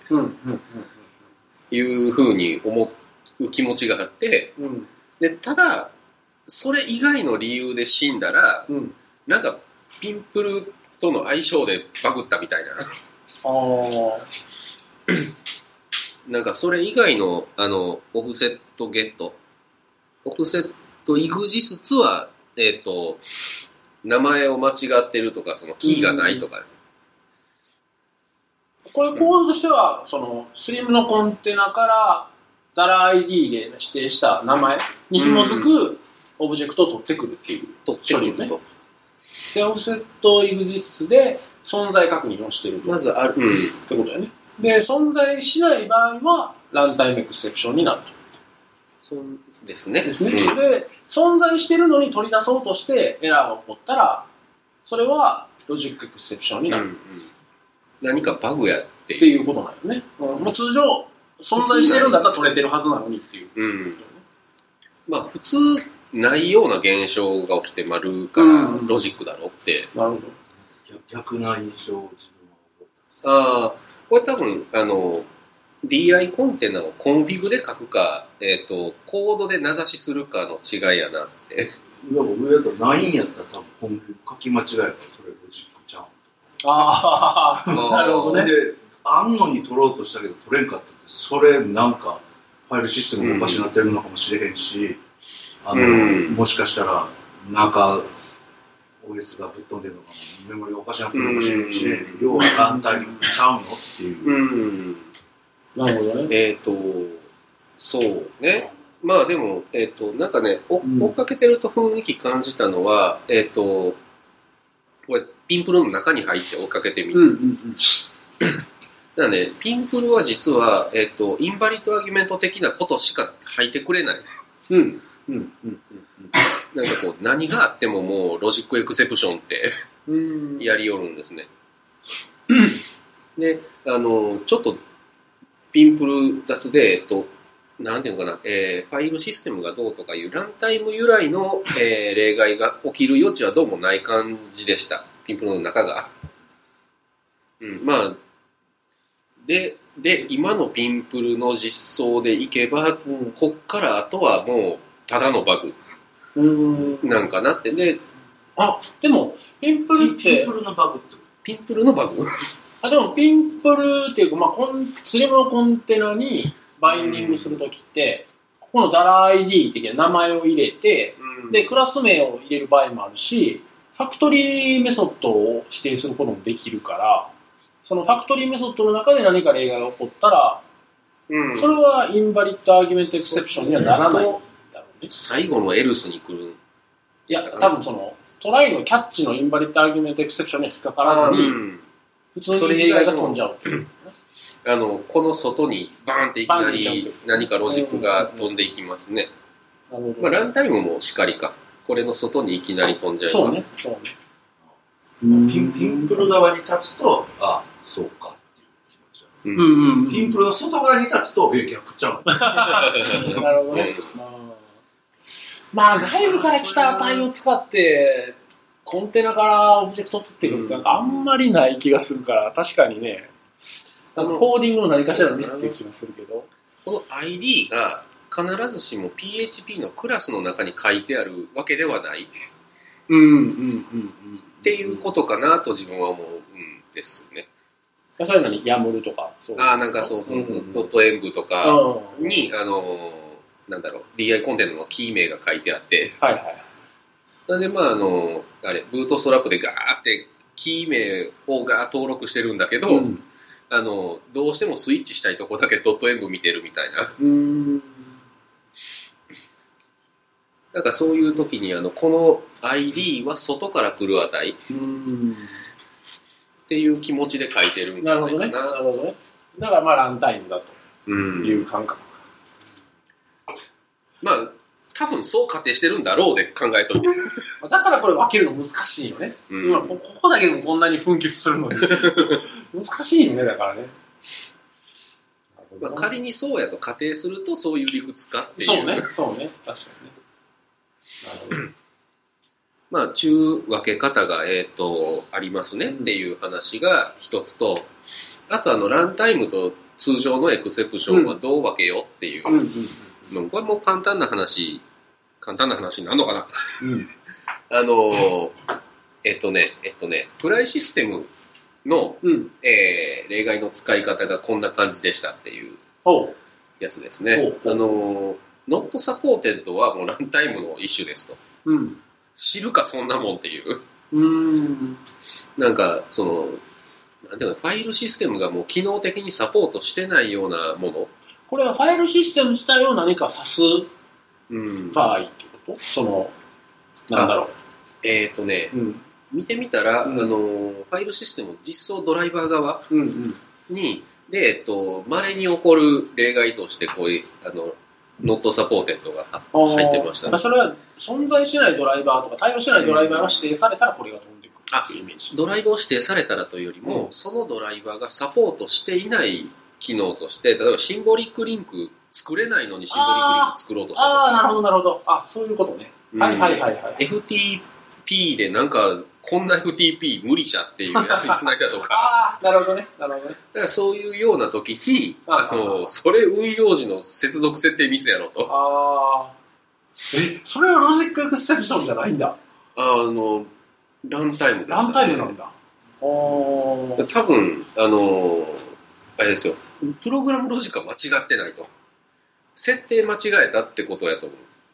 いうふうに思う気持ちがあって、でただそれ以外の理由で死んだら、なんかピンプルとの相性でバグったみたいななんかそれ以外のオフセットゲットオフセットイグジスツは名前を間違ってるとかそのキーがないとか、 これコードとしてはそのスリムのコンテナからダラ ID で指定した名前に紐づくオブジェクトを取ってくるっていう処理をね。で、オフセットイグジスツで存在確認をしてると。 まずある、 ってことだよね。で、存在しない場合はランタイムエクセプションになると。 そうですね。 で、存在してるのに取り出そうとしてエラーが起こったら、それはロジックエクセプションになる。 何かバグやっていうことなんよね。もう通常、存在してるんだったら取れてるはずなのにっていう。 まあ普通ないような現象が起きてまるからロジックだろうって。 なるほど。 逆な印象を自分はこれ多分DI コンテナをコンフィグで書くか、コードで名指しするかの違いやなって。 上やったらないんやったら多分コンフィグ書き間違えたらそれロジックちゃう。 なるほどね。 で、あんのに取ろうとしたけど取れんかったって、それなんかファイルシステムがおかしになってるのかもしれへんし、もしかしたらなんか OS がぶっ飛んでるのかも、メモリがおかしなってるのかもしれへんし、要はランタイムちゃうのっていう。 なるほどね。 そうね。まあでも、なんかね、追っかけてると雰囲気感じたのは、これピンプルの中に入って追っかけてみて。なので、ピンプルは実は、インバリッドアーギュメント的なことしか入ってくれない。なんかこう、何があってももうロジックエクセプションってやりよるんですね。で、ちょっとピンプル雑で、 なんていうのかな、ファイルシステムがどうとかいうランタイム由来の、例外が起きる余地はどうもない感じでした。ピンプルの中が。まあ、で、今のピンプルの実装でいけば、こっからあとはもう、ただのバグなんかなって。で、 でも、ピンプルって、 ピンプルのバグってピンプルのバグでも、ピンプルっていうか、スリムのコンテナにバインディングするときって、ここのダラ ID 的な名前を入れて、で、クラス名を入れる場合もあるし、ファクトリーメソッドを指定することもできるから、そのファクトリーメソッドの中で何か例外が起こったら、それはインバリッドアーギュメントエクセプションにはならないんだろうね。 最後のエルスに来る。 いや、多分その、トライのキャッチのインバリッドアーギュメントエクセプションには引っかからずに、普通に例外が飛んじゃう。 この外にバーンっていきなり何かロジックが飛んでいきますね。ランタイムもしかりか。これの外にいきなり飛んじゃう。 そうね。 ピンプル側に立つと、そうかっていう気持ちは。ピンプルの外側に立つと、逆ちゃう。 なるほどね。外部から来た値を使って、コンテナからオブジェクトを取ってくるってなんかあんまりない気がするから、確かにね、コーディングの何かしらのミスっていう気がするけど。 この ID が必ずしも PHP のクラスの中に書いてあるわけではない。っていうことかなと自分は思うんですね。 それなにヤムルとか。 なんかそう、ドットエンブとかに、DI コンテナのキー名が書いてあって。なんで、ブートストラップでガーってキー名を登録してるんだけど、どうしてもスイッチしたいとこだけドットエンブ見てるみたいな。なんかそういう時にこの ID は外から来る値っていう気持ちで書いてるんじゃないかな。 なるほどね。だからランタイムだという感覚か。 多分そう仮定してるんだろうで考えといて。 だからこれ分けるの難しいよね。今ここだけでもこんなに紛糾するのに難しいよね、だからね。 仮にそうやと仮定するとそういう理屈かっていう。 そうね、確かにね。 ちゅう分け方が、ありますねっていう話が一つと、あとランタイムと通常のエクセプションはどう分けようっていう。これも簡単な話になるのかな。プライシステムの、例外の使い方がこんな感じでしたっていうやつですね。Not supported はもうランタイムの一種ですと。知るかそんなもんっていう。なんかなんていうの、ファイルシステムがもう機能的にサポートしてないようなもの。 これはファイルシステム自体を何か指す場合ってことなんだろう。 見てみたら、ファイルシステム実装ドライバー側に、稀に起こる例外としてこういうNot supported が入ってましたね。 それは存在しないドライバーとか対応しないドライバーが指定されたらこれが飛んでくるっていうイメージ。 ドライバーを指定されたらというよりも、そのドライバーがサポートしていない機能として、例えばシンボリックリンク作れないのにシンボリックリンク作ろうとしたとか。 なるほど。そういうことね。 FTP でなんかこんな FTP 無理じゃっていうやつにつないだとか。 なるほどね。 だからそういうような時に、それ運用時の接続設定ミスやろと。 それはロジックエクセプションじゃないんだ。 ランタイムです、ね。 ランタイムなんだ。 多分、あれですよ。プログラムロジックは間違ってないと。設定間違えたってことやと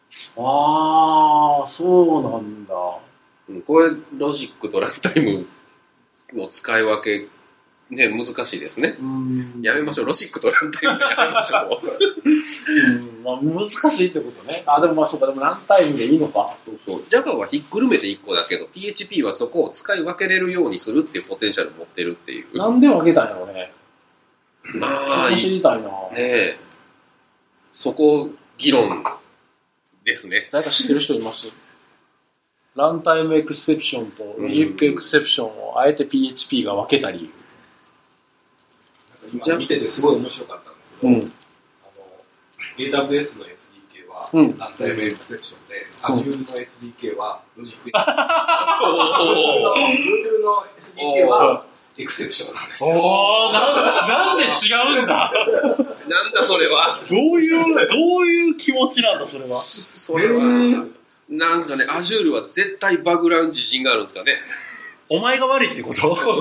思う。 そうなんだ。 これ、ロジックとランタイムの使い分け、ね、難しいですね。やめましょう。ロジックとランタイムやめましょう。 難しいってことね。でもそうか、でもランタイムでいいのか。 そう。Java はひっくるめて1個だけど、PHP はそこを使い分けれるようにするっていうポテンシャルを持ってるっていう。 なんで分けたんやろうね。そこ知りたいな。 ねそこ、議論ですね。 誰か知ってる人います？ランタイムエクセプションとロジックエクセプションをあえて PHP が分けた理由。 今見ててすごい面白かったんですけど、 AWS の SDK はランタイムエクセプションで、Azure の SDK はロジックエクセプション。Google の SDK はエクセプションなんですよ。 なんで違うんだ。 なんだそれは。 どういう気持ちなんだそれは。 それはなんですかね。Azure は絶対バグらん自信があるんですかね。 お前が悪いってこと？呼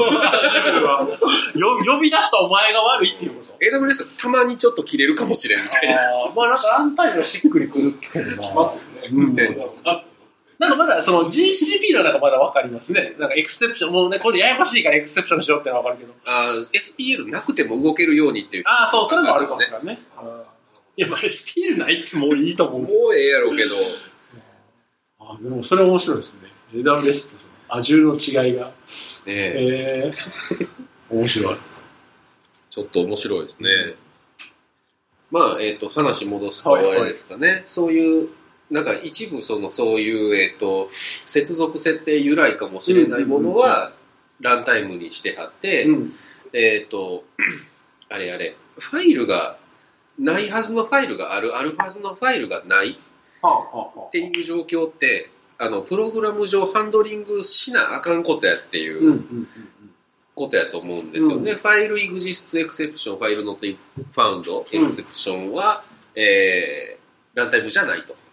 び出したお前が悪いっていうこと？ AWS たまにちょっと切れるかもしれんみたいな。 まあなんかランタイムがしっくりくるけどな。 きますよね。 なんかまだその GCP の中まだわかりますね。なんかエクセプション、もうね、これややこしいからエクセプションしようってのはわかるけど。 SPL なくても動けるようにっていう。 そう、それもあるかもしれないね。いや、まあ SPL ないってもういいと思う。 もうええやろうけど。 でもそれ面白いですね。AWS とAzure の違いが。面白い。 ちょっと面白いですね。まあ、話戻すとあれですかね。そういう、なんか一部そういう、接続設定由来かもしれないものは、ランタイムにしてはって、あれ、ファイルが、ないはずのファイルがあるはずのファイルがないっていう状況って、プログラム上ハンドリングしなあかんことやっていうことやと思うんですよね。ファイル exists exception、ファイル not found exception は、ランタイムじゃないと。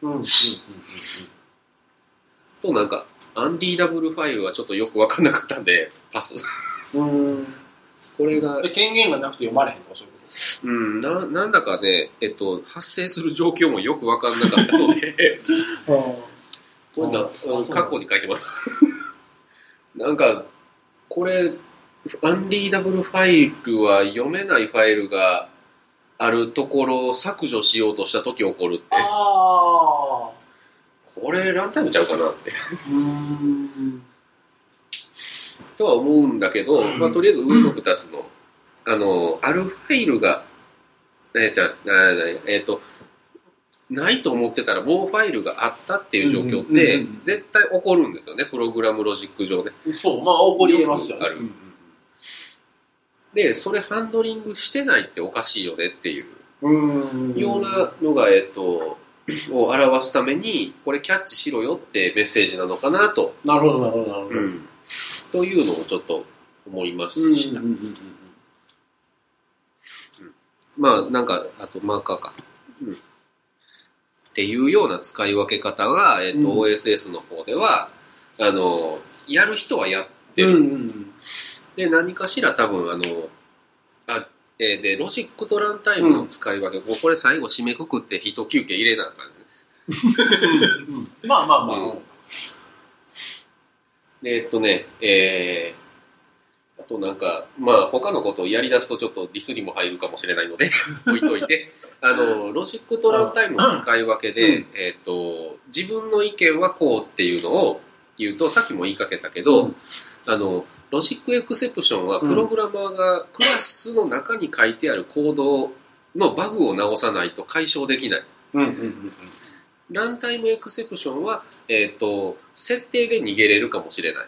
と、なんか、アンリーダブルファイルはちょっとよくわかんなかったんで、パス。これが。 権限がなくて読まれへんの？そういうこと？ なんだかね、発生する状況もよくわかんなかったので、これカッコに書いてます。なんか、これ、アンリーダブルファイルは読めないファイルがあるところを削除しようとしたとき起こるって。これランタイムちゃうかなって。とは思うんだけど、まあ、とりあえず上の2つの、あるファイルが、ないと思ってたらもうファイルがあったっていう状況って絶対起こるんですよね、プログラムロジック上で。 そう、まあ起こりますよね。 で、それハンドリングしてないっておかしいよねっていうようなのが、を表すために、これキャッチしろよってメッセージなのかなと。 なるほど、なるほど、なるほど。 というのをちょっと思いました。まあ、なんか、あとマーカーか。っていうような使い分け方が、OSS の方では、やる人はやってる。で、何かしら多分、で、ロジックとランタイムの使い分け、これ最後締めくくって一休憩入れなあかんね。 まあまあまあ。 で、あとなんか、まあ他のことをやり出すとちょっとディスりも入るかもしれないので、置いといて、ロジックとランタイムの使い分けで、自分の意見はこうっていうのを言うと、さっきも言いかけたけど、ロジックエクセプションはプログラマーがクラスの中に書いてあるコードのバグを直さないと解消できない。ランタイムエクセプションは、設定で逃げれるかもしれない。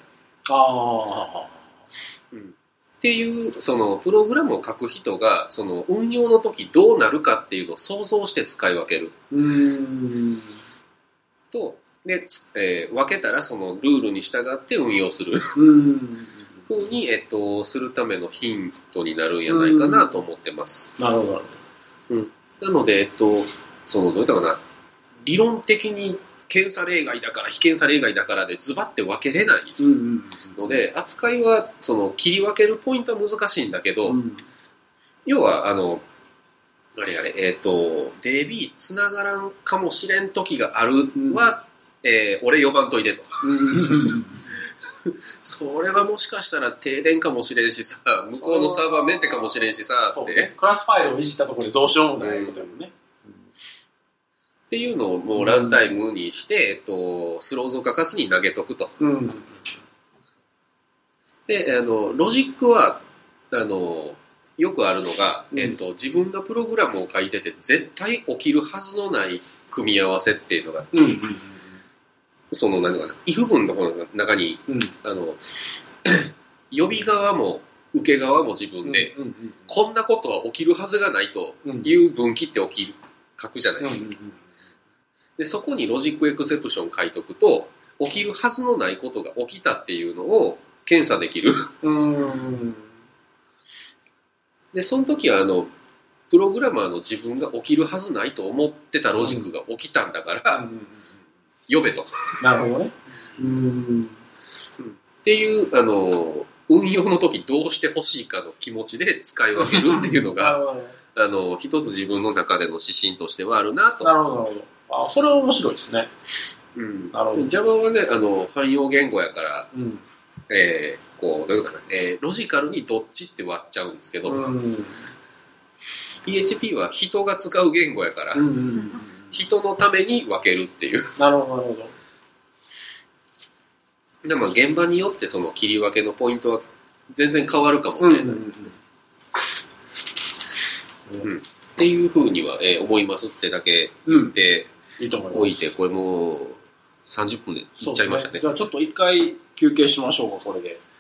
っていう、そのプログラムを書く人がその運用の時どうなるかっていうのを想像して使い分ける。とで、分けたらそのルールに従って運用するふうに、するためのヒントになるんやないかなと思ってます。 なるほど。 なので、そのどういったかな、理論的に検査例外だから非検査例外だからでズバッて分けれないので、扱いはその切り分けるポイントは難しいんだけど、要はDB つながらんかもしれん時があるは、俺呼ばんといてと。それはもしかしたら停電かもしれんしさ、向こうのサーバーメンテかもしれんしさって、 クラスファイルをいじったところでどうしようもないことだもんね。 っていうのをもうランタイムにして、スロー増加数に投げとくと。で、ロジックはよくあるのが、自分がプログラムを書いてて絶対起きるはずのない組み合わせっていうのが、その何ていうかな、if 文の中に、予備側も受け側も自分で、こんなことは起きるはずがないという分岐って書くじゃないですか。で、そこにロジックエクセプション書いとくと、起きるはずのないことが起きたっていうのを検査できる。で、その時はプログラマーの自分が起きるはずないと思ってたロジックが起きたんだから、呼べと。 なるほどね。 っていう、運用の時どうしてほしいかの気持ちで使い分けるっていうのが、一つ自分の中での指針としてはあるなと。 なるほど、なるほど。それは面白いですね。 なるほど。Java はね、汎用言語やから、こう、どういうかな、ロジカルにどっちって割っちゃうんですけど、PHP は人が使う言語やから、人のために分けるっていう。 なるほど、なるほど。 でも現場によってその切り分けのポイントは全然変わるかもしれない。っていうふうには、思いますってだけ言っておいて、これもう30分でいっちゃいましたね。 じゃあちょっと一回休憩しましょうか、これで。